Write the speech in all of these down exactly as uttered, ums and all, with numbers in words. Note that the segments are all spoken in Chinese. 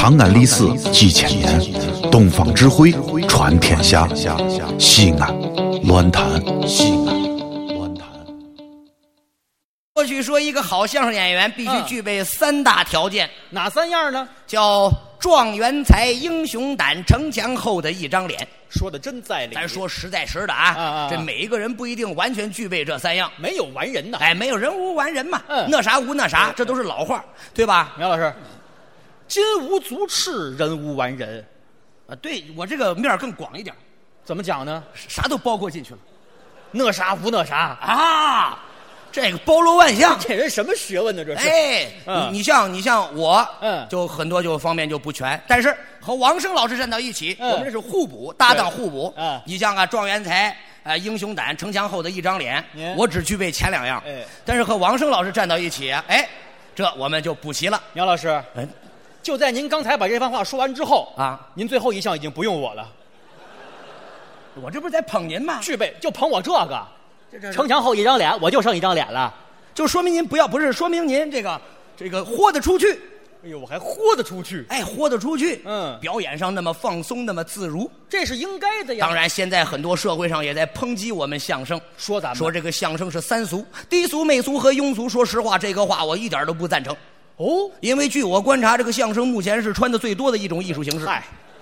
长安历史几千年，东方智慧传天下。西安乱谈西安乱谈。 过去说一个好相声演员必须具备三大条件， 嗯、哪三样呢？ 叫状元才、英雄胆、城墙后的一张脸。 说的真在理。 咱说实在实的啊， 啊啊啊这每一个人不一定完全具备这三样， 没有完人呐。 哎，没有人无完人嘛， 嗯、 那啥无那啥，这都是老话，对吧？ 苗老师，金无足赤，人无完人。 啊，对我这个面更广一点。 怎么讲呢？ 啥都包括进去了， 那啥无那啥啊，这个包罗万象。 这人什么学问呢？这是。 哎， 嗯、 你你像你像我， 嗯， 就很多就方面就不全，但是和王声老师站到一起， 嗯、 我们这是互补搭档互补。 嗯， 你像啊，状元才。呃，英雄胆，城墙后的一张脸，我只具备前两样。 哎， 但是和王声老师站到一起，哎，这我们就补齐了。 苗老师， 哎， 就在您刚才把这番话说完之后啊， 您最后一项已经不用我了。 我这不是在捧您吗？ 具备就捧我这个，这这城墙后一张脸，我就剩一张脸了， 就说明您不要，不是说明您这个这个豁得出去。 哎呦，我还豁得出去！ 哎，豁得出去。 嗯， 表演上那么放松，那么自如， 这是应该的呀。 当然，现在很多社会上也在抨击我们相声， 说咱们说这个相声是三俗，低俗、媚俗和庸俗。说实话，这个话我一点都不赞成。 哦， 因为据我观察，这个相声目前是穿的最多的一种艺术形式。 嗨，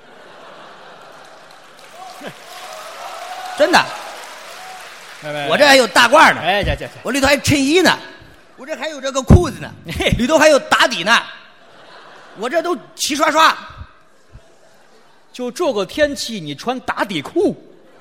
真的。 哎、 我这还有大褂呢， 哎，这这， 我里头还衬衣呢，我这还有这个裤子呢，里头还有打底呢。我这都齐刷刷， 就这个天气，你穿打底裤，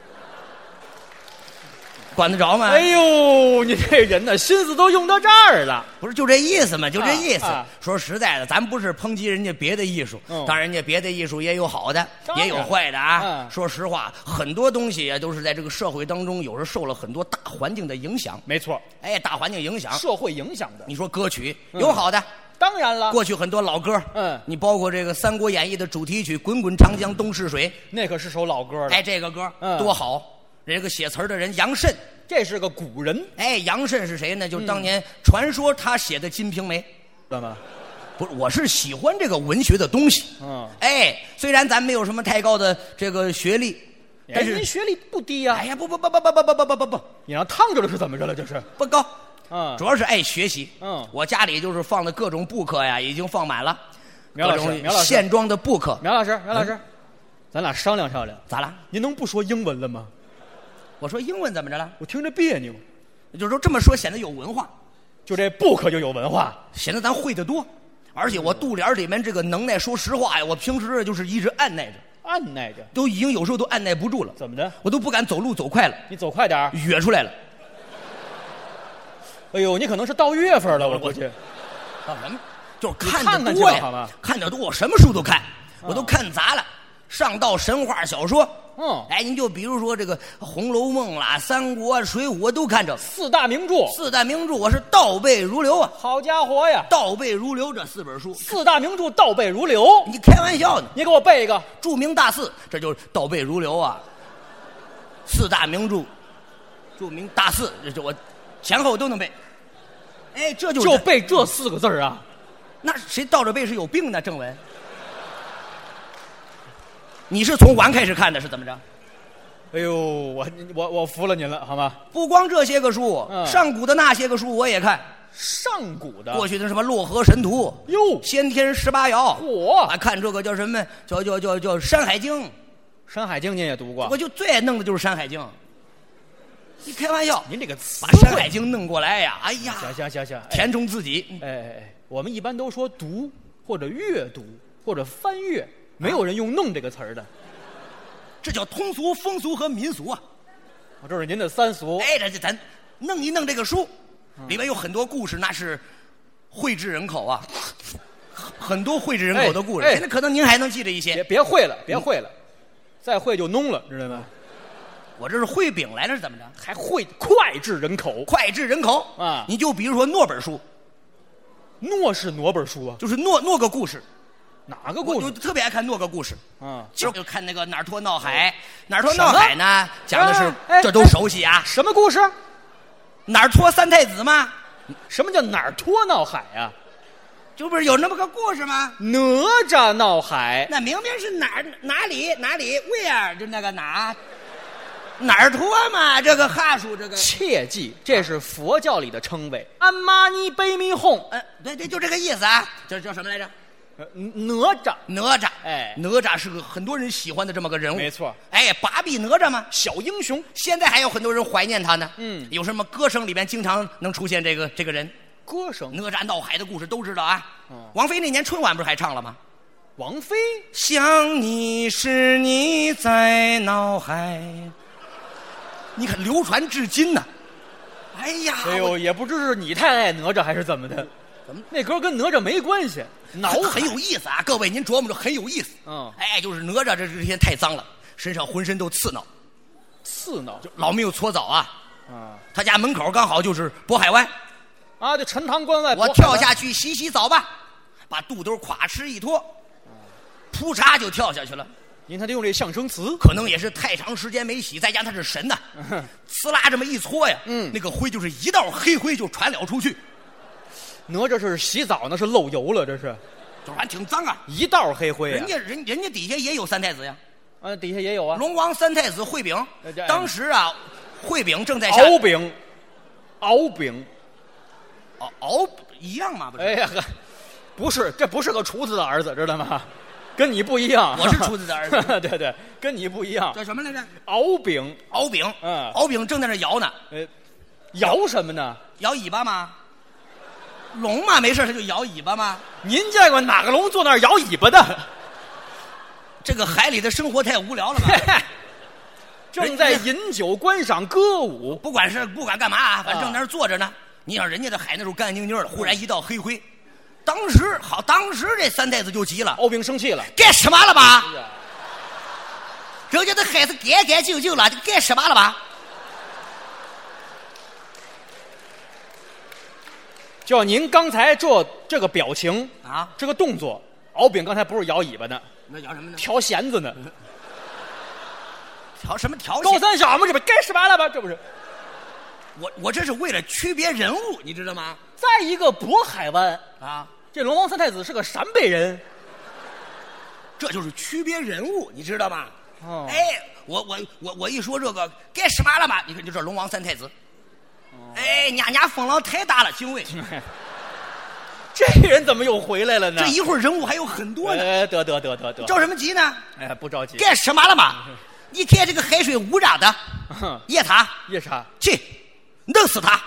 管得着吗？ 哎呦，你这人呢，心思都用到这儿了。 不是就这意思吗？就这意思。 啊啊、 说实在的，咱不是抨击人家别的艺术， 嗯、 当然人家别的艺术也有好的，也有坏的啊。 嗯、 说实话，很多东西啊，都是在这个社会当中，有时受了很多大环境的影响。 没错， 哎，大环境影响， 社会影响的。 你说歌曲、嗯、有好的。 当然了， 过去很多老歌， 嗯， 你包括这个《三国演义》的主题曲《滚滚长江东逝水》， 那可是首老歌了。 哎，这个歌， 嗯， 多好！这个写词儿的人杨慎， 这是个古人。 哎，杨慎是谁呢？就是当年传说他写的《金瓶梅》，知道吗？ 不是，我是喜欢这个文学的东西。 嗯， 哎，虽然咱没有什么太高的这个学历，但是您学历不低呀。 哎呀，不不不不不不不不不不不， 你让烫着了是怎么着了？这是不高。 嗯， 主要是爱学习。 嗯， 我家里就是放的各种布课呀，已经放满了。 苗老师，苗老师， 线装的布课。 苗老师，苗老师，嗯、咱俩商量商量。 咋了？ 您能不说英文了吗？ 我说英文怎么着了？ 我听着别扭。 就是说这么说显得有文化， 就这布课就有文化， 显得咱会得多。而且我肚脸里面这个能耐，说实话呀，我平时就是一直按耐着， 按耐着， 都已经有时候都按耐不住了。 怎么的？ 我都不敢走路走快了。 你走快点， 哕出来了。 哎呦，你可能是到月份了，我估计。 啊，什么？就是看得多呀， 好吗？ 看得多，我什么书都看，嗯、我都看杂了。上到神话小说， 嗯， 哎，您就比如说这个《红楼梦》啦、《三国》《水浒》，我都看着。 四大名著， 四大名著，我是倒背如流啊！ 好家伙呀， 倒背如流这四本书， 四大名著倒背如流。 你开玩笑呢？ 你给我背一个， 著名大四，这就是倒背如流啊！四大名著，著名大四，这我前后都能背。哎，这就是就背这四个字啊！ 那谁倒着背是有病呢？郑文，你是从完开始看的，是怎么着？ 哎呦，我我我服了您了，好吗？ 不光这些个书， 嗯、 上古的那些个书我也看。 上古的， 过去的什么《洛河神图》 哟， 《先天十八爻》， 嚯！ 啊，看这个叫什么？叫叫叫叫《山海经》。《 山海经》您也读过？ 我就最爱弄的就是《山海经》。你开玩笑？ 您这个词把《山海经》弄过来呀，哎呀， 行行行行， 填充自己。 哎哎哎，我们一般都说读或者阅读或者翻阅，没有人用弄这个词儿的。 这叫通俗、风俗和民俗啊！ 我这是您的三俗。 哎，这这咱弄一弄这个书，里面有很多故事，那是脍炙人口啊，很多脍炙人口的故事。现在可能您还能记得一些。 别别会了，别会了，再会就弄了，知道吗？ 我这是会饼来了，是怎么着？ 还会脍炙人口， 脍炙人口啊！ 你就比如说诺本书， 诺是哪本书啊？ 就是诺诺个故事。 哪个故事？ 我就特别爱看诺个故事， 嗯， 就就看那个哪儿脱闹海，哪儿脱闹海呢？讲的是、 哎、 这都熟悉啊。 什么故事？ 哪儿脱三太子吗？ 什么叫哪儿脱闹海啊？ 这不是有那么个故事吗？ 哪吒闹海， 那明明是哪儿哪里哪里 where 就那个哪哪儿托嘛，这个哈数这个。 切记，这是佛教里的称谓。安玛尼贝米哄， 呃，对对，就这个意思啊。这叫什么来着？ 呃哪吒， 哪吒。 哎， 哪吒是个很多人喜欢的这么个人物。 没错。 哎，八臂哪吒嘛， 小英雄， 现在还有很多人怀念他呢。 嗯， 有什么歌声里边经常能出现这个这个人。 歌声， 哪吒闹海的故事都知道啊。 嗯， 王菲那年春晚不是还唱了吗？ 王菲， 想你时你在脑海，你看流传至今呢。哎呀， 哎呦，也不知是你太爱哪吒还是怎么的。 怎么那歌跟哪吒没关系？脑很很有意思啊，各位您琢磨着很有意思。 嗯， 哎，就是哪吒这这天太脏了，身上浑身都刺挠， 刺挠， 就老没有搓澡啊。 啊他家门口刚好就是渤海湾。 啊，就陈塘关外， 我跳下去洗洗澡吧，把肚兜咵哧一脱，扑嚓就跳下去了。 您看他用这象声词， 可能也是太长时间没洗，再加上他是神呐、啊，呲啦这么一搓呀， 嗯， 那个灰就是一道黑灰就传了出去。 哪吒是洗澡呢，是漏油了，这是， 就还挺脏啊， 一道黑灰、啊。 人家人人家底下也有三太子呀， 啊，底下也有啊。 龙王三太子惠饼， 呃当时啊，惠饼正在下敖丙，敖丙。 熬熬一样吗？不是？ 哎呀，不是，这不是个厨子的儿子，知道吗？跟你不一样。 我是厨子的儿子。 对对，跟你不一样。 叫什么来着？ 敖丙， 敖丙。 嗯， 敖丙正在那摇呢。 呃，摇什么呢？ 摇尾巴吗？龙嘛，没事他就摇尾巴吗？ 您见过哪个龙坐那儿摇尾巴的？ 这个海里的生活太无聊了吧？ 正在饮酒观赏歌舞， 不管是不管干嘛啊，反正正在那儿坐着呢。你想人家的海那时候干干净净的，忽然一道黑灰，当时好，当时这三太子就急了， 敖丙生气了， 干什么了吧？ 哎呀， 人家的海是干干净净了，你干什么了吧？ 就您刚才这这个表情啊， 这个动作，敖丙刚才不是摇尾巴呢， 那摇什么呢？ 调弦子呢。 调什么调？ 高三小嘛，这不该什么了吧？这不是。 我我这是为了区别人物，你知道吗？ 再一个渤海湾啊， 这龙王三太子是个陕北人， 这就是区别人物，你知道吗？ 哦， 哎，我我我我一说这个该什么了嘛？你看就这龙王三太子，哦、哎，伢伢风浪太大了，敬畏。 这人怎么又回来了呢？ 这一会儿人物还有很多呢。 哎，得得得得得， 着什么急呢？ 哎，不着急。 干什么了嘛？你看这个海水污染的，夜叉， 夜叉， 去，弄死他！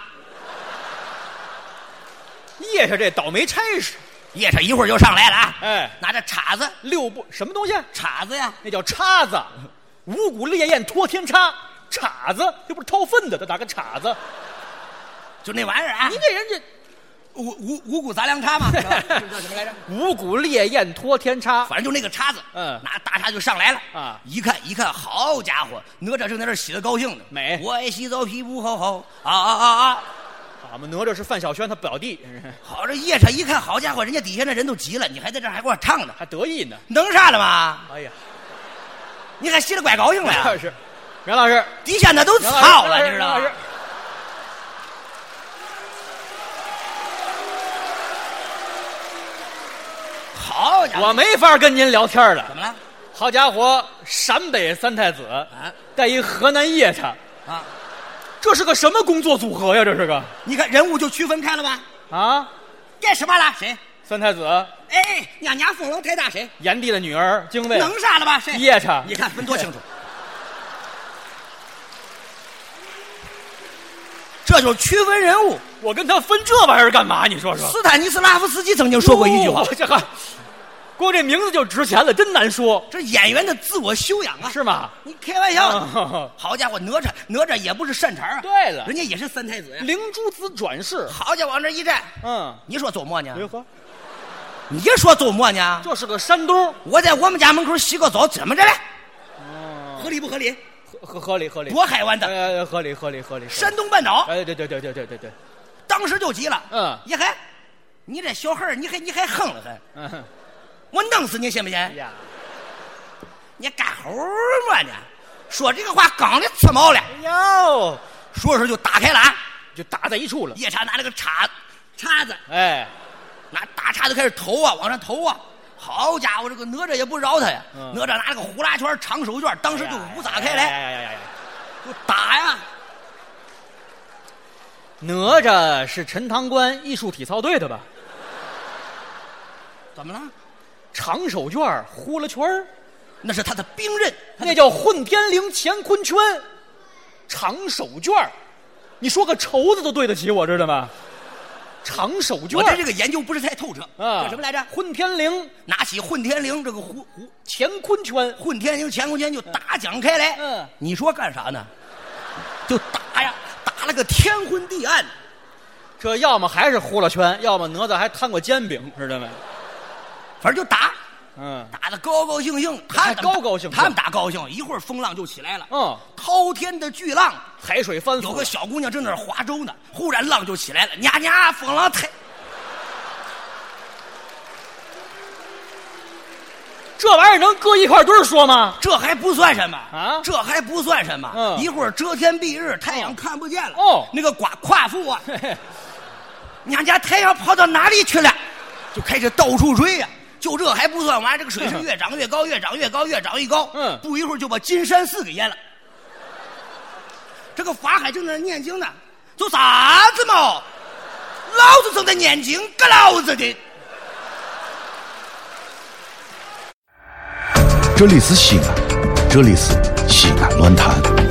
夜叉这倒霉差事， 夜叉一会儿就上来了啊！ 哎， 拿着叉子， 六步什么东西？ 叉子呀， 那叫叉子，五谷烈焰托天叉，叉子又不是掏粪的，他打个叉子， 就那玩意儿啊！ 你这人这。 五五五谷杂粮叉嘛，是吧？这叫什么来着？ 五谷烈焰托天叉， 反正就那个叉子， 嗯， 拿大叉就上来了啊！ 一看一看，好家伙，哪吒正在这洗得高兴呢， 美！ 我爱洗澡，皮肤好好啊啊啊啊！ 俺们哪吒是范晓萱他表弟， 好，这夜叉一看，好家伙，人家底下那人都急了，你还在这还给我唱呢， 还得意呢， 能啥了吗？ 哎呀， 你还洗得怪高兴了呀？ 是，袁老师， 底下那都操了，你知道吗？好家伙， 我没法跟您聊天了。 怎么了？ 好家伙，陕北三太子啊，带一河南夜叉啊， 这是个什么工作组合呀？这是个， 你看人物就区分开了吧？ 啊， 干什么了？谁？ 三太子。 哎，娘娘风浪太大，谁？ 炎帝的女儿精卫。 能啥了吧？谁？ 夜叉。 你看分多清楚。这就是区分人物。 我跟他分这玩意儿干嘛？你说说。 斯坦尼斯拉夫斯基曾经说过一句话：“ 这个，光这名字就值钱了，真难说。 这演员的自我修养啊， 是吗？ 你开玩笑。哦、好家伙，哪吒哪吒也不是善茬啊。 对了， 人家也是三太子呀。 灵珠子转世， 好家伙，往这一站， 嗯， 你说做么呢？ 哟呵， 你说做么呢？ 这是个山东。 我在我们家门口洗个澡，怎么着嘞？哦，合理不合理？ 合合理合理。 渤海湾的， 呃，合理合理合理。 山东半岛。 哎，对对对对对对对。 当时就急了， 嗯， 你还，你这小孩你还你还横了还， 嗯， 我弄死你信不信？ 呀， 你干猴嘛呢？说这个话刚的刺毛了。 哟， 说着就打开了啊， 就打在一处了。 夜叉拿了个叉叉子， 哎， 拿大叉子开始投啊，往上投啊。好家伙，这个哪吒也不饶他呀！嗯、哪吒拿了个呼啦圈、长手绢，当时就舞撒开来， 哎呀呀呀呀！ 就打呀！ 哪吒是陈塘关艺术体操队的吧？ 怎么了？ 长手绢、呼啦圈儿， 那是他的兵刃， 那叫混天绫、乾坤圈。长手绢，你说个绸子都对得起我，知道吗？长手绢， 我对这个研究不是太透彻啊。 叫什么来着？ 混天绫， 拿起混天绫这个胡胡乾坤圈， 混天绫乾坤圈就打讲开来。 嗯， 你说干啥呢？就打呀，打了个天昏地暗。 这要么还是呼啦圈，要么哪吒还摊过煎饼，知道吗？ 反正就打。 嗯， 打得高高兴兴，他们高高兴兴， 他们打高兴，一会儿风浪就起来了。 嗯， 滔天的巨浪， 海水翻覆。 有个小姑娘正在那划舟呢，忽然浪就起来了，呀呀，风浪太。 这玩意儿能搁一块堆说吗？ 这还不算什么啊！ 这还不算什么。 嗯， 一会儿遮天蔽日，太阳看不见了。 哦， 那个寡夸父啊，娘家太阳跑到哪里去了？就开始到处追呀、啊。就这还不算完，这个水是越涨越高，越涨越高，越涨越高。 嗯， 不一会儿就把金山寺给淹了。这个法海正在念经呢，做啥子嘛？老子正在念经，个老子的。 这里是西安，这里是西安论坛。